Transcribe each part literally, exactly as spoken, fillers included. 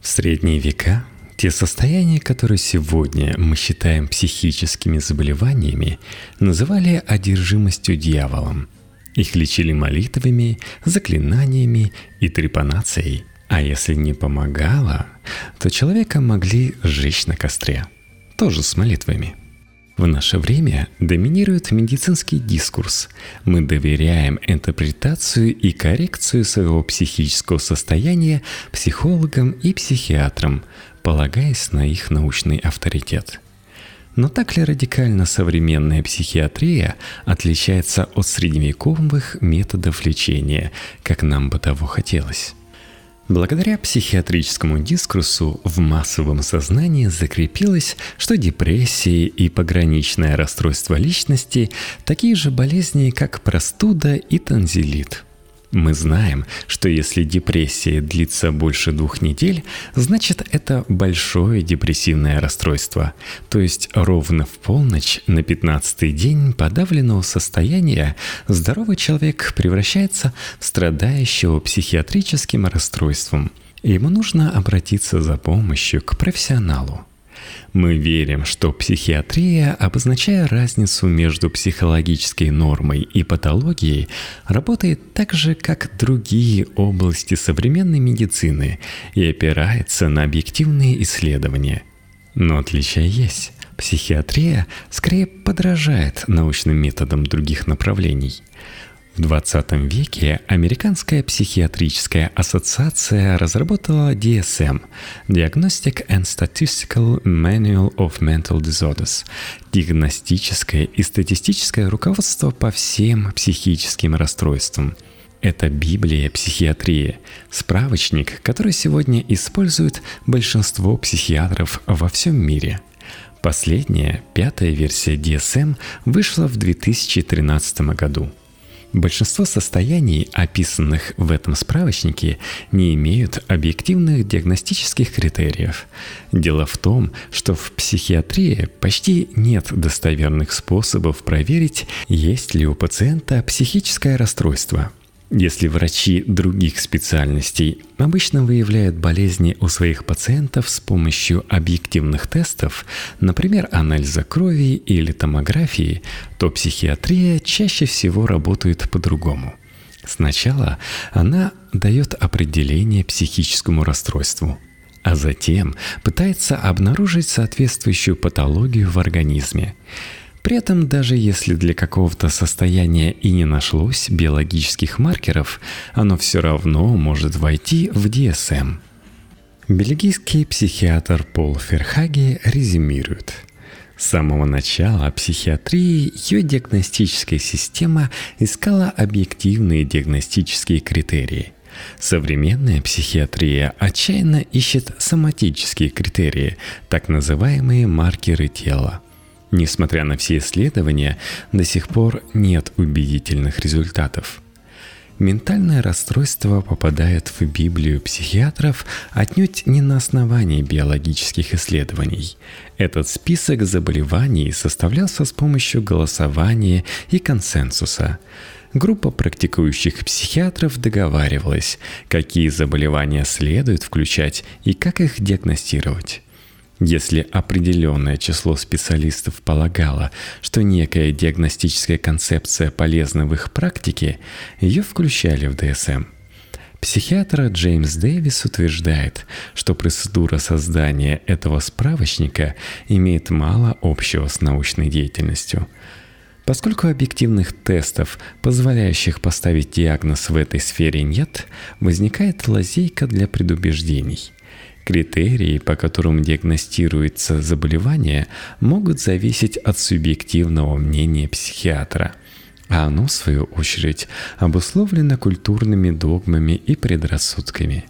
средние века те состояния, которые сегодня мы считаем психическими заболеваниями, называли одержимостью дьяволом. Их лечили молитвами, заклинаниями и трепанацией. А если не помогало, то человека могли сжечь на костре. Тоже с молитвами. В наше время доминирует медицинский дискурс. Мы доверяем интерпретацию и коррекцию своего психического состояния психологам и психиатрам, полагаясь на их научный авторитет. Но так ли радикально современная психиатрия отличается от средневековых методов лечения, как нам бы того хотелось? Благодаря психиатрическому дискурсу в массовом сознании закрепилось, что депрессия и пограничное расстройство личности – такие же болезни, как простуда и танзилит. Мы знаем, что если депрессия длится больше двух недель, значит это большое депрессивное расстройство. То есть ровно в полночь на пятнадцатый день подавленного состояния здоровый человек превращается в страдающего психиатрическим расстройством. Ему нужно обратиться за помощью к профессионалу. Мы верим, что психиатрия, обозначая разницу между психологической нормой и патологией, работает так же, как другие области современной медицины и опирается на объективные исследования. Но отличия есть. Психиатрия скорее подражает научным методам других направлений. В двадцатом веке Американская психиатрическая ассоциация разработала ди эс эм – Diagnostic and Statistical Manual of Mental Disorders – диагностическое и статистическое руководство по всем психическим расстройствам. Это Библия психиатрии, справочник, который сегодня использует большинство психиатров во всем мире. Последняя, пятая версия ди эс эм вышла в две тысячи тринадцатом году. Большинство состояний, описанных в этом справочнике, не имеют объективных диагностических критериев. Дело в том, что в психиатрии почти нет достоверных способов проверить, есть ли у пациента психическое расстройство. Если врачи других специальностей обычно выявляют болезни у своих пациентов с помощью объективных тестов, например, анализа крови или томографии, то психиатрия чаще всего работает по-другому. Сначала она дает определение психическому расстройству, а затем пытается обнаружить соответствующую патологию в организме. При этом, даже если для какого-то состояния и не нашлось биологических маркеров, оно все равно может войти в ди эс эм. Бельгийский психиатр Пол Ферхаге резюмирует. С самого начала психиатрии ее диагностическая система искала объективные диагностические критерии. Современная психиатрия отчаянно ищет соматические критерии, так называемые маркеры тела. Несмотря на все исследования, до сих пор нет убедительных результатов. Ментальное расстройство попадает в Библию психиатров отнюдь не на основании биологических исследований. Этот список заболеваний составлялся с помощью голосования и консенсуса. Группа практикующих психиатров договаривалась, какие заболевания следует включать и как их диагностировать. Если определенное число специалистов полагало, что некая диагностическая концепция полезна в их практике, ее включали в ди эс эм. Психиатр Джеймс Дэвис утверждает, что процедура создания этого справочника имеет мало общего с научной деятельностью. Поскольку объективных тестов, позволяющих поставить диагноз в этой сфере, нет, возникает лазейка для предубеждений. Критерии, по которым диагностируется заболевание, могут зависеть от субъективного мнения психиатра, а оно, в свою очередь, обусловлено культурными догмами и предрассудками.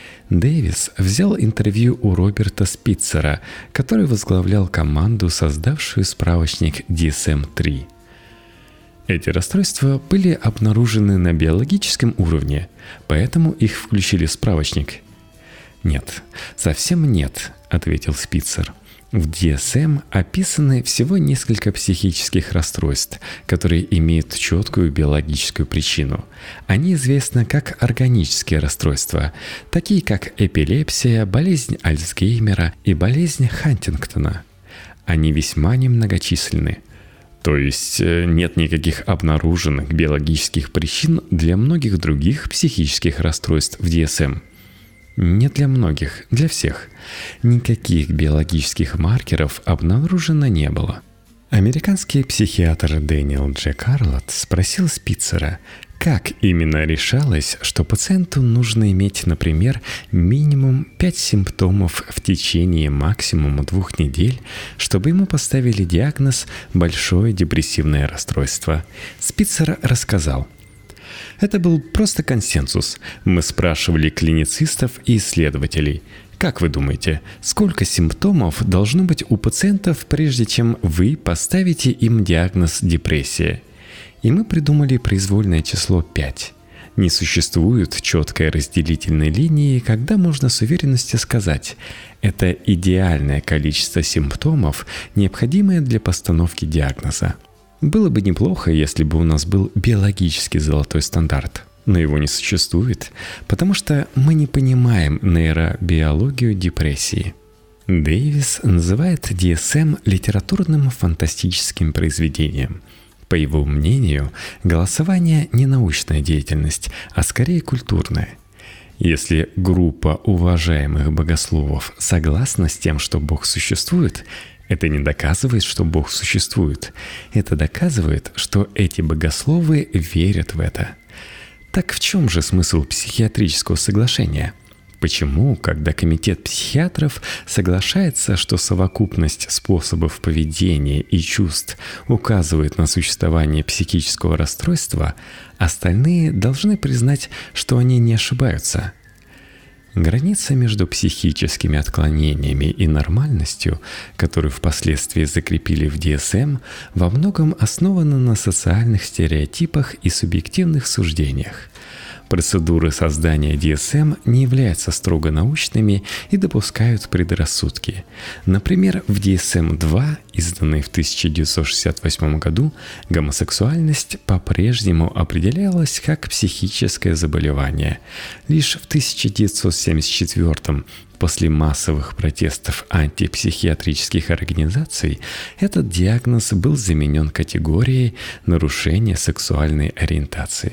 Дэвис взял интервью у Роберта Спитцера, который возглавлял команду, создавшую справочник ди эс эм три. Эти расстройства были обнаружены на биологическом уровне, поэтому их включили в справочник. «Нет, совсем нет», — ответил Спитцер. В ди эс эм описаны всего несколько психических расстройств, которые имеют четкую биологическую причину. Они известны как органические расстройства, такие как эпилепсия, болезнь Альцгеймера и болезнь Хантингтона. Они весьма немногочисленны. То есть нет никаких обнаруженных биологических причин для многих других психических расстройств в ди эс эм. Не для многих, для всех. Никаких биологических маркеров обнаружено не было. Американский психиатр Дэниел Дж. Карлот спросил Спицера, как именно решалось, что пациенту нужно иметь, например, минимум пять симптомов в течение максимум двух недель, чтобы ему поставили диагноз «большое депрессивное расстройство». Спицер рассказал: «Это был просто консенсус. Мы спрашивали клиницистов и исследователей. Как вы думаете, сколько симптомов должно быть у пациентов, прежде чем вы поставите им диагноз депрессия? И мы придумали произвольное число пять. Не существует четкой разделительной линии, когда можно с уверенностью сказать: это идеальное количество симптомов, необходимое для постановки диагноза. Было бы неплохо, если бы у нас был биологический золотой стандарт, но его не существует, потому что мы не понимаем нейробиологию депрессии». Дэвис называет ди эс эм литературным фантастическим произведением. По его мнению, голосование не научная деятельность, а скорее культурная. Если группа уважаемых богословов согласна с тем, что Бог существует, это не доказывает, что Бог существует. Это доказывает, что эти богословы верят в это. Так в чем же смысл психиатрического соглашения? Почему, когда комитет психиатров соглашается, что совокупность способов поведения и чувств указывает на существование психического расстройства, остальные должны признать, что они не ошибаются? Граница между психическими отклонениями и нормальностью, которую впоследствии закрепили в ди эс эм, во многом основана на социальных стереотипах и субъективных суждениях. Процедуры создания ди эс эм не являются строго научными и допускают предрассудки. Например, в ди эс эм два, изданной в тысяча девятьсот шестьдесят восьмом году, гомосексуальность по-прежнему определялась как психическое заболевание. Лишь в тысяча девятьсот семьдесят четвёртом, после массовых протестов антипсихиатрических организаций, этот диагноз был заменен категорией нарушения сексуальной ориентации.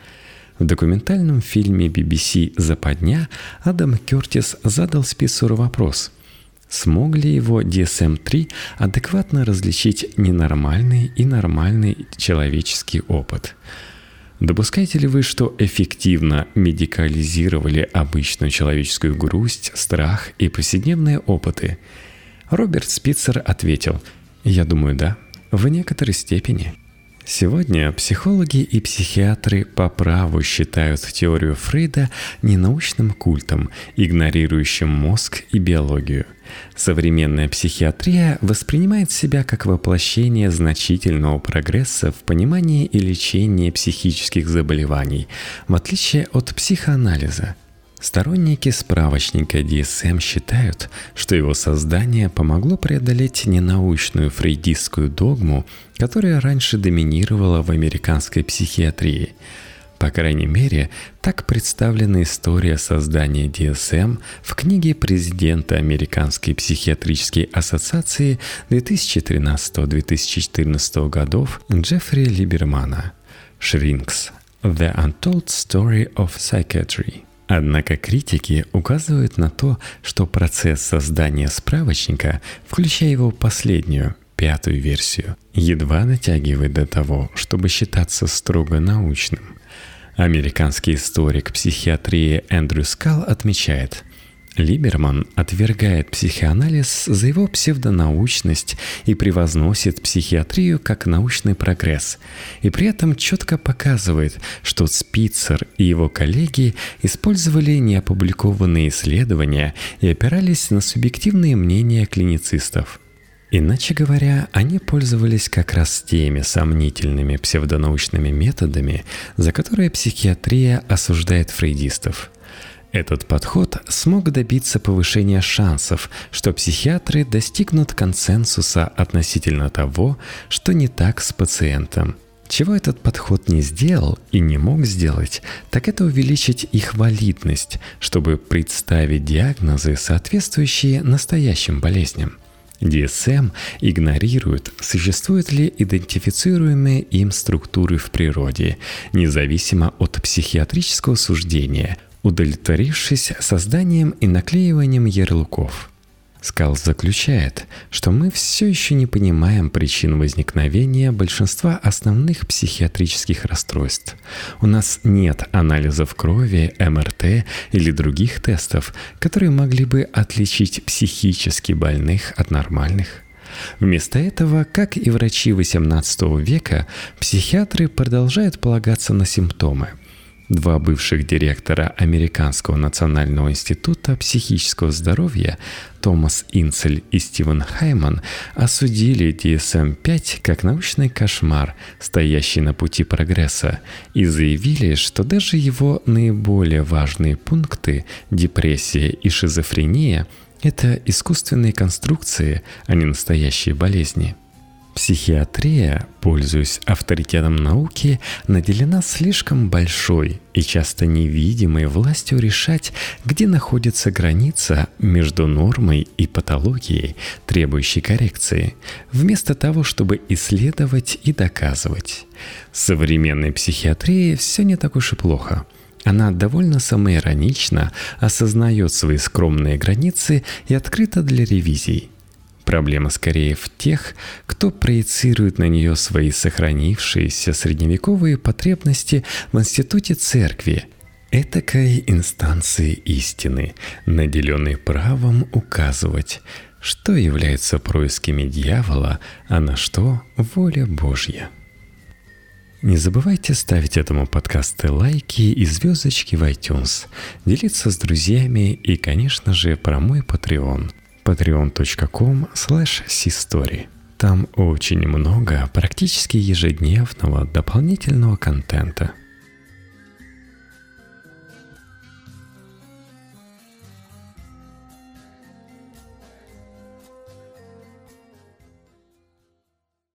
В документальном фильме би би си «Западня» Адам Кертис задал Спицеру вопрос: смог ли его ди эс эм три адекватно различить ненормальный и нормальный человеческий опыт? Допускаете ли вы, что эффективно медикализировали обычную человеческую грусть, страх и повседневные опыты? Роберт Спицер ответил: «Я думаю, да, в некоторой степени». Сегодня психологи и психиатры по праву считают теорию Фрейда ненаучным культом, игнорирующим мозг и биологию. Современная психиатрия воспринимает себя как воплощение значительного прогресса в понимании и лечении психических заболеваний, в отличие от психоанализа. Сторонники справочника ди эс эм считают, что его создание помогло преодолеть ненаучную фрейдистскую догму, которая раньше доминировала в американской психиатрии. По крайней мере, так представлена история создания ди эс эм в книге президента Американской психиатрической ассоциации две тысячи тринадцатого — две тысячи четырнадцатого годов Джеффри Либермана «Shrinks. The Untold Story of Psychiatry». Однако критики указывают на то, что процесс создания справочника, включая его последнюю, пятую версию, едва дотягивает до того, чтобы считаться строго научным. Американский историк психиатрии Эндрю Скалл отмечает: Либерман отвергает психоанализ за его псевдонаучность и превозносит психиатрию как научный прогресс, и при этом четко показывает, что Спицер и его коллеги использовали неопубликованные исследования и опирались на субъективные мнения клиницистов. Иначе говоря, они пользовались как раз теми сомнительными псевдонаучными методами, за которые психиатрия осуждает фрейдистов. Этот подход смог добиться повышения шансов, что психиатры достигнут консенсуса относительно того, что не так с пациентом. Чего этот подход не сделал и не мог сделать, так это увеличить их валидность, чтобы представить диагнозы, соответствующие настоящим болезням. ди эс эм игнорирует, существуют ли идентифицируемые им структуры в природе, независимо от психиатрического суждения, удовлетворившись созданием и наклеиванием ярлыков. Скалс заключает, что мы все еще не понимаем причин возникновения большинства основных психиатрических расстройств. У нас нет анализов крови, эм эр тэ или других тестов, которые могли бы отличить психически больных от нормальных. Вместо этого, как и врачи восемнадцатого века, психиатры продолжают полагаться на симптомы. Два бывших директора Американского национального института психического здоровья, Томас Инцель и Стивен Хайман, осудили ди эс эм пять как научный кошмар, стоящий на пути прогресса, и заявили, что даже его наиболее важные пункты – депрессия и шизофрения – это искусственные конструкции, а не настоящие болезни. Психиатрия, пользуясь авторитетом науки, наделена слишком большой и часто невидимой властью решать, где находится граница между нормой и патологией, требующей коррекции, вместо того, чтобы исследовать и доказывать. С современной психиатрией все не так уж и плохо. Она довольно самоиронично осознает свои скромные границы и открыта для ревизий. Проблема скорее в тех, кто проецирует на нее свои сохранившиеся средневековые потребности в институте церкви, этакой инстанции истины, наделенной правом указывать, что является происками дьявола, а на что воля Божья. Не забывайте ставить этому подкасту лайки и звездочки в iTunes, делиться с друзьями и, конечно же, про мой Patreon. патреон точка ком слэш систори. Там очень много практически ежедневного дополнительного контента.